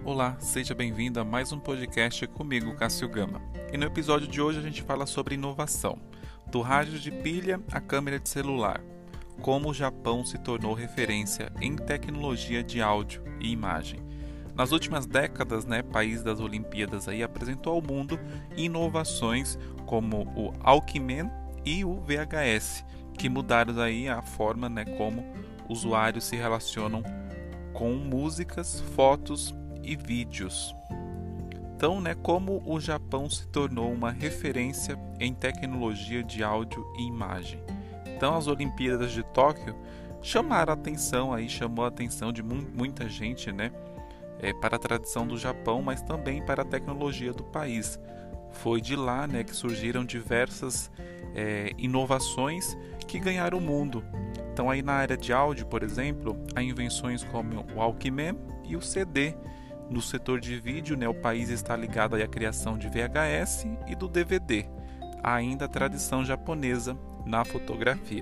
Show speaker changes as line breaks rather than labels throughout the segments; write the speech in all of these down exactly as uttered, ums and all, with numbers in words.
Olá, seja bem-vindo a mais um podcast comigo, Cássio Gama. E no episódio de hoje a gente fala sobre inovação, do rádio de pilha à câmera de celular, como o Japão se tornou referência em tecnologia de áudio e imagem. Nas últimas décadas, né, o país das Olimpíadas aí apresentou ao mundo inovações como o Walkman e o V H S, que mudaram aí a forma, né, como usuários se relacionam com músicas, fotos e vídeos. Então, né, como o Japão se tornou uma referência em tecnologia de áudio e imagem. Então, as Olimpíadas de Tóquio chamaram a atenção aí, chamou a atenção de mu- muita gente, né, é, para a tradição do Japão, mas também para a tecnologia do país. Foi de lá, né, que surgiram diversas é, inovações que ganharam o mundo. Então, aí na área de áudio, por exemplo, há invenções como o Walkman e o C D. No setor de vídeo, né, o país está ligado aí à criação de V H S e do D V D, há ainda a tradição japonesa na fotografia.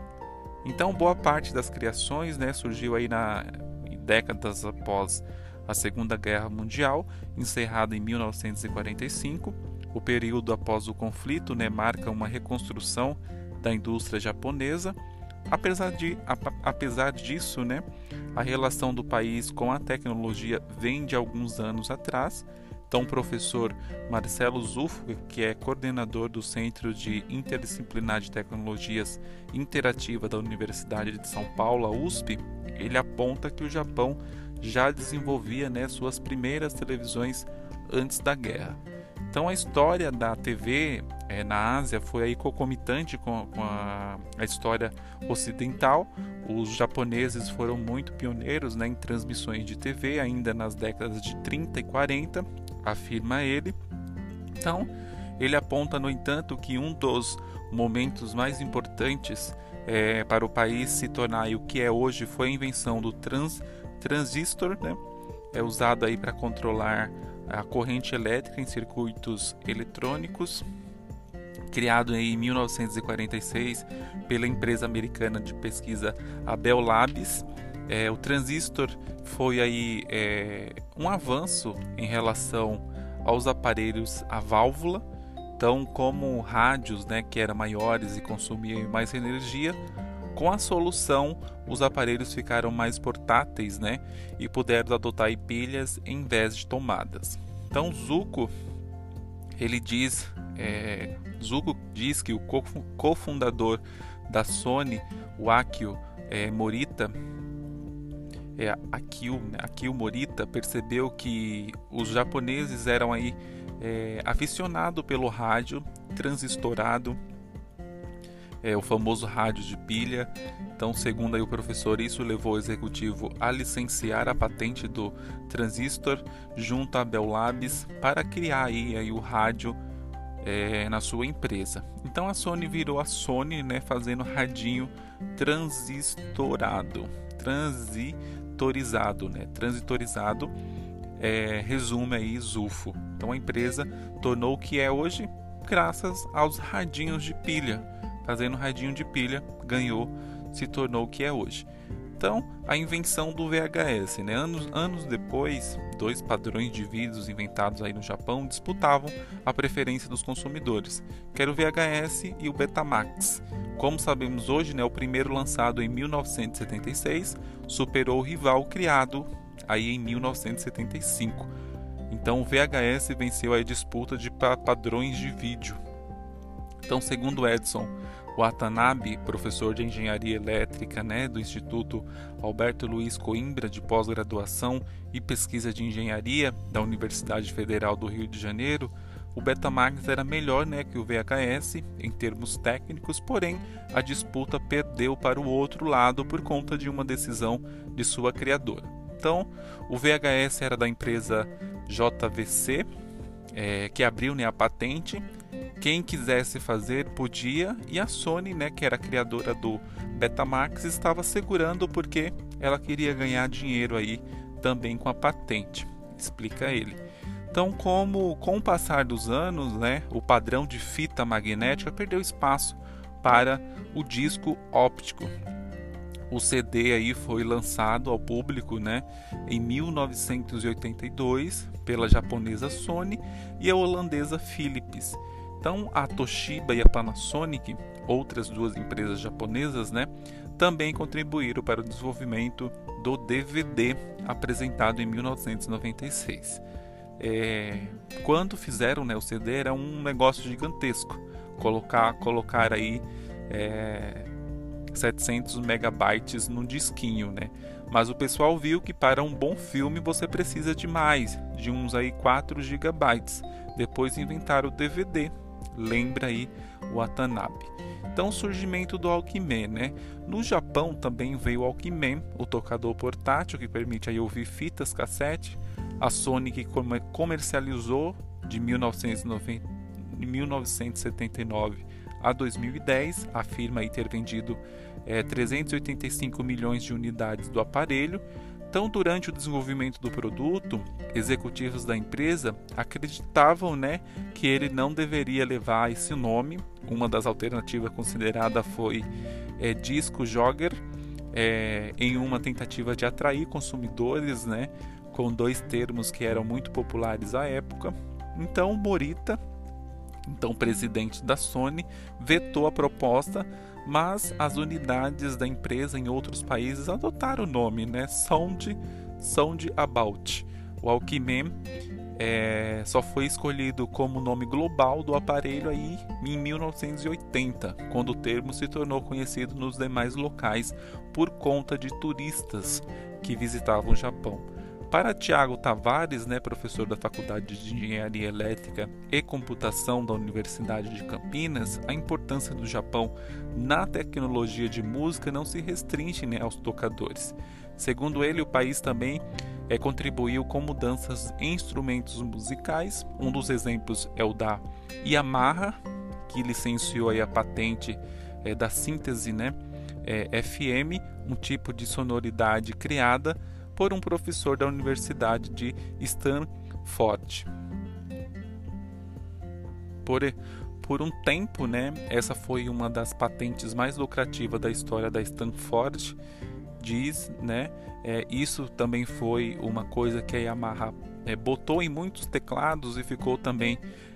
Então, boa parte das criações, né, surgiu aí na décadas após a Segunda Guerra Mundial, encerrada em mil novecentos e quarenta e cinco. O período após o conflito, né, marca uma reconstrução da indústria japonesa. Apesar, de, apesar disso, né, a relação do país com a tecnologia vem de alguns anos atrás. Então, o professor Marcelo Zuffo, que é coordenador do Centro de Interdisciplinar de Tecnologias Interativa da Universidade de São Paulo, a U S P, ele aponta que o Japão já desenvolvia, né, suas primeiras televisões antes da guerra. Então, a história da T V é, na Ásia foi aí concomitante com, com a, a história ocidental. Os japoneses foram muito pioneiros, né, em transmissões de T V ainda nas décadas de trinta e quarenta, afirma ele. Então, ele aponta, no entanto, que um dos momentos mais importantes é, para o país se tornar aí o que é hoje foi a invenção do trans, transistor, né, é usado aí para controlar a corrente elétrica em circuitos eletrônicos, criado em mil novecentos e quarenta e seis pela empresa americana de pesquisa a Bell Labs. É, o transistor foi aí, é, um avanço em relação aos aparelhos a válvula. Então, como rádios, né, que eram maiores e consumiam mais energia, com a solução os aparelhos ficaram mais portáteis, né, e puderam adotar pilhas em vez de tomadas. Então, Zuko, ele diz, é, Zuko diz que o cofundador da Sony, o Akio é, Morita, é, Akio, Akio Morita, percebeu que os japoneses eram aí é, aficionados pelo rádio transistorado, é, o famoso rádio de pilha. Então, segundo aí o professor, isso levou o executivo a licenciar a patente do transistor junto à Bell Labs para criar aí, aí o rádio é, na sua empresa. Então, a Sony virou a Sony, né, fazendo radinho transistorado, transitorizado, né, transitorizado, é, resume aí Zuffo. Então, a empresa tornou o que é hoje graças aos radinhos de pilha. Fazendo radinho de pilha, ganhou, se tornou o que é hoje. Então, a invenção do V H S, né? Anos, anos depois, dois padrões de vídeos inventados aí no Japão disputavam a preferência dos consumidores, que era o V H S e o Betamax. Como sabemos hoje, né, o primeiro lançado em mil novecentos e setenta e seis superou o rival criado aí em mil novecentos e setenta e cinco. Então, o V H S venceu a disputa de padrões de vídeo. Então, segundo Edson Watanabe, professor de engenharia elétrica, né, do Instituto Alberto Luiz Coimbra de pós-graduação e pesquisa de engenharia da Universidade Federal do Rio de Janeiro, o Betamax era melhor, né, que o V H S em termos técnicos, porém a disputa perdeu para o outro lado por conta de uma decisão de sua criadora. Então, o V H S era da empresa J V C, é, que abriu, né, a patente. Quem quisesse fazer podia, e a Sony, né, que era a criadora do Betamax, estava segurando porque ela queria ganhar dinheiro aí também com a patente, explica ele. Então, como com o passar dos anos, né, o padrão de fita magnética perdeu espaço para o disco óptico. O C D aí foi lançado ao público, né, em mil novecentos e oitenta e dois pela japonesa Sony e a holandesa Philips. Então a Toshiba e a Panasonic, outras duas empresas japonesas, né, também contribuíram para o desenvolvimento do D V D apresentado em mil novecentos e noventa e seis. É, quando fizeram, né, o C D era um negócio gigantesco, colocar, colocar aí é, setecentos megabytes num disquinho, né? Mas o pessoal viu que para um bom filme você precisa de mais, de uns aí quatro gigabytes. Depois inventaram o D V D, lembra aí o Watanabe. Então o surgimento do Walkman, né? No Japão também veio o Walkman, o tocador portátil que permite aí ouvir fitas cassete. A Sony que comercializou de mil novecentos e setenta e nove a dois mil e dez, afirma aí ter vendido é, trezentos e oitenta e cinco milhões de unidades do aparelho. Então, durante o desenvolvimento do produto, executivos da empresa acreditavam, né, que ele não deveria levar esse nome. Uma das alternativas considerada foi é, disco jogger, é, em uma tentativa de atrair consumidores, né, com dois termos que eram muito populares à época. Então, Morita, então presidente da Sony, vetou a proposta, mas as unidades da empresa em outros países adotaram o nome, né? Sound, Sound About. O Walkman é, só foi escolhido como nome global do aparelho aí em mil novecentos e oitenta, quando o termo se tornou conhecido nos demais locais por conta de turistas que visitavam o Japão. Para Tiago Tavares, né, professor da Faculdade de Engenharia Elétrica e Computação da Universidade de Campinas, a importância do Japão na tecnologia de música não se restringe, né, aos tocadores. Segundo ele, o país também é, contribuiu com mudanças em instrumentos musicais. Um dos exemplos é o da Yamaha, que licenciou aí a patente é, da síntese, né, é, F M, um tipo de sonoridade criada por um professor da Universidade de Stanford. Por, por um tempo, né, essa foi uma das patentes mais lucrativas da história da Stanford. Diz, né, é, isso também foi uma coisa que a Yamaha é, botou em muitos teclados e ficou também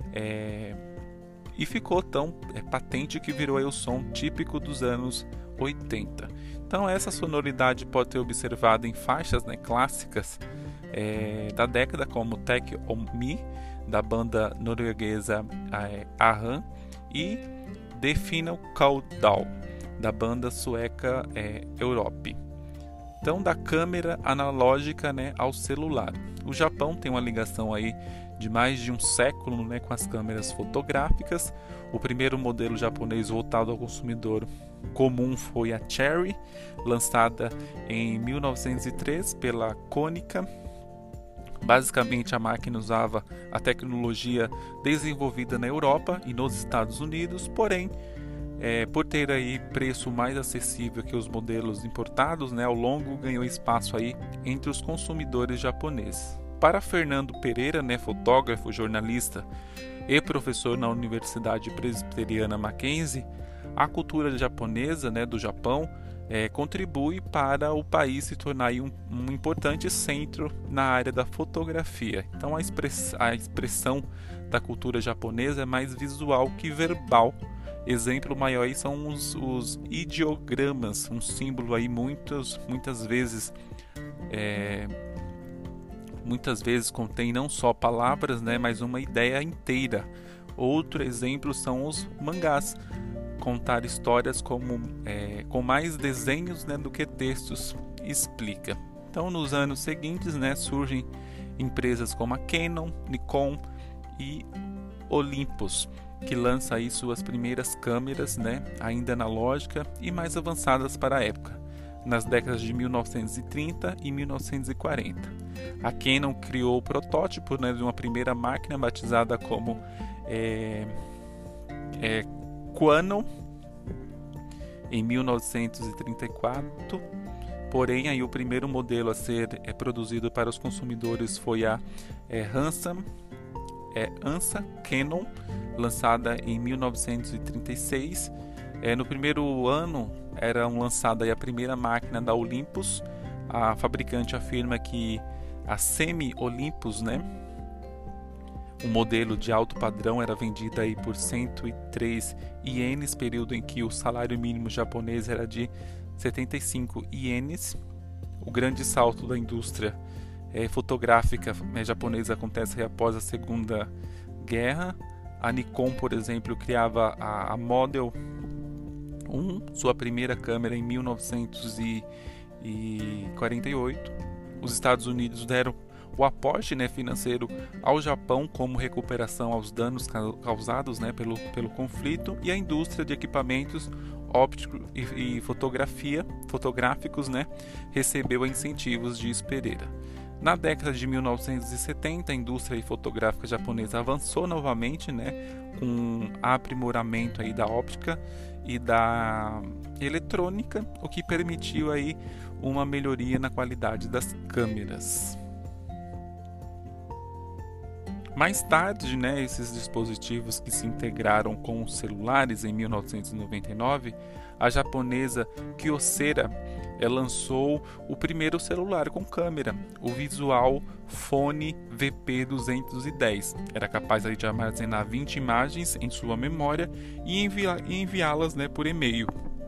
é, e ficou tão é, patente que virou aí o som típico dos anos oitenta. Então essa sonoridade pode ser observada em faixas, né, clássicas é, da década, como Take On Me, da banda norueguesa é, Aham, e The Final Countdown, da banda sueca é, Europe. Então, da câmera analógica, né, ao celular. O Japão tem uma ligação aí de mais de um século, né, com as câmeras fotográficas. O primeiro modelo japonês voltado ao consumidor comum foi a Cherry, lançada em mil novecentos e três pela Konica. Basicamente, a máquina usava a tecnologia desenvolvida na Europa e nos Estados Unidos, porém, é, por ter aí preço mais acessível que os modelos importados, né, ao longo ganhou espaço aí entre os consumidores japoneses. Para Fernando Pereira, né, fotógrafo, jornalista e professor na Universidade Presbiteriana Mackenzie, a cultura japonesa, né, do Japão é, contribui para o país se tornar aí um, um importante centro na área da fotografia. Então a, express, a expressão da cultura japonesa é mais visual que verbal. Exemplo maior aí são os, os ideogramas, um símbolo aí muitas, muitas vezes é, muitas vezes contém não só palavras, né, mas uma ideia inteira. Outro exemplo são os mangás, contar histórias como, é, com mais desenhos, né, do que textos explica. Então, nos anos seguintes, né, surgem empresas como a Canon, Nikon e Olympus, que lança aí suas primeiras câmeras, né, ainda analógica e mais avançadas para a época, nas décadas de mil novecentos e trinta e mil novecentos e quarenta. A Canon criou o protótipo, né, de uma primeira máquina batizada como é, é, Quanon em mil novecentos e trinta e quatro. Porém, aí o primeiro modelo a ser é, produzido para os consumidores foi a é, Hansa, é, Hansa Canon, lançada em mil novecentos e trinta e seis. É, no primeiro ano era lançada aí a primeira máquina da Olympus. A fabricante afirma que a Semi-Olympus, né, o modelo de alto padrão, era vendida aí por cento e três ienes, período em que o salário mínimo japonês era de setenta e cinco ienes. O grande salto da indústria é, fotográfica é, japonesa acontece após a Segunda Guerra. A Nikon, por exemplo, criava a, a Model um, sua primeira câmera, em mil novecentos e quarenta e oito. Os Estados Unidos deram o aporte, né, financeiro ao Japão como recuperação aos danos causados, né, pelo, pelo conflito, e a indústria de equipamentos ópticos e, e fotografia, fotográficos, né, recebeu incentivos de espereira. Na década de mil novecentos e setenta, a indústria fotográfica japonesa avançou novamente, né, com aprimoramento aí da óptica e da eletrônica, o que permitiu aí uma melhoria na qualidade das câmeras. Mais tarde, né, esses dispositivos que se integraram com os celulares em mil novecentos e noventa e nove, a japonesa Kyocera eh, lançou o primeiro celular com câmera, o Visual Phone V P duzentos e dez. Era capaz aí de armazenar vinte imagens em sua memória e envi- enviá-las, né, por e-mail.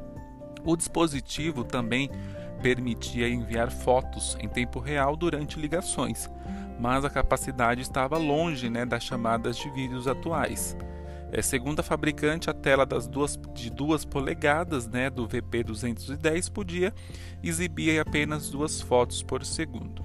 O dispositivo também permitia enviar fotos em tempo real durante ligações, mas a capacidade estava longe, né, das chamadas de vídeos atuais. É, segundo a fabricante, a tela das duas, de duas polegadas, né, do V P duzentos e dez podia exibir apenas duas fotos por segundo.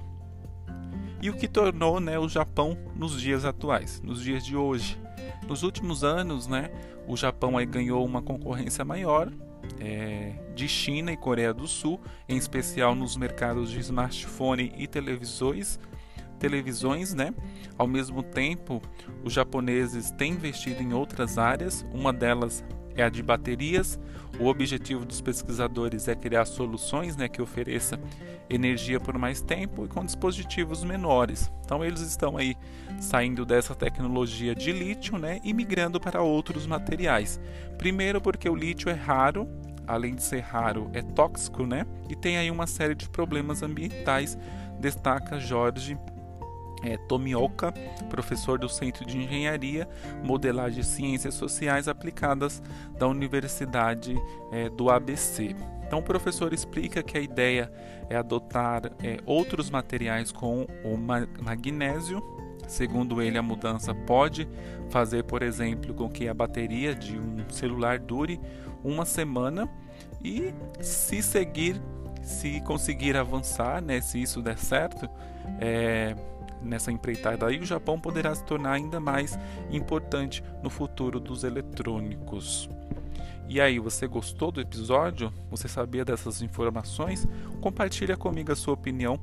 E o que tornou, né, o Japão nos dias atuais, nos dias de hoje. Nos últimos anos, né, o Japão aí ganhou uma concorrência maior é, de China e Coreia do Sul, em especial nos mercados de smartphone e televisões, televisões, né? Ao mesmo tempo, os japoneses têm investido em outras áreas, uma delas é a de baterias. O objetivo dos pesquisadores é criar soluções, né, que ofereçam energia por mais tempo e com dispositivos menores. Então eles estão aí saindo dessa tecnologia de lítio, né, e migrando para outros materiais. Primeiro porque o lítio é raro, além de ser raro, é tóxico, né, e tem aí uma série de problemas ambientais, destaca Jorge É, Tomioka, professor do Centro de Engenharia, Modelagem e Ciências Sociais Aplicadas da Universidade é, do A B C. Então o professor explica que a ideia é adotar é, outros materiais com o magnésio. Segundo ele, a mudança pode fazer, por exemplo, com que a bateria de um celular dure uma semana, e se seguir, se conseguir avançar, né, se isso der certo, é, nessa empreitada aí, o Japão poderá se tornar ainda mais importante no futuro dos eletrônicos. E aí, você gostou do episódio? Você sabia dessas informações? Compartilha comigo a sua opinião.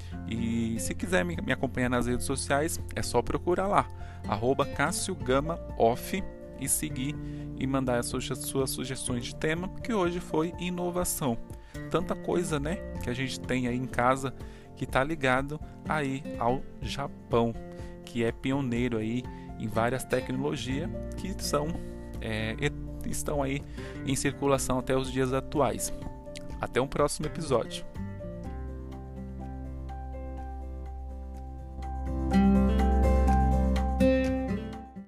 E se quiser me acompanhar nas redes sociais, é só procurar lá, arroba Cássio Gama Off, e seguir e mandar as suas, suas sugestões de tema, que hoje foi inovação. Tanta coisa, né, que a gente tem aí em casa que está ligado aí ao Japão, que é pioneiro aí em várias tecnologias que são, é, estão aí em circulação até os dias atuais. Até um próximo episódio.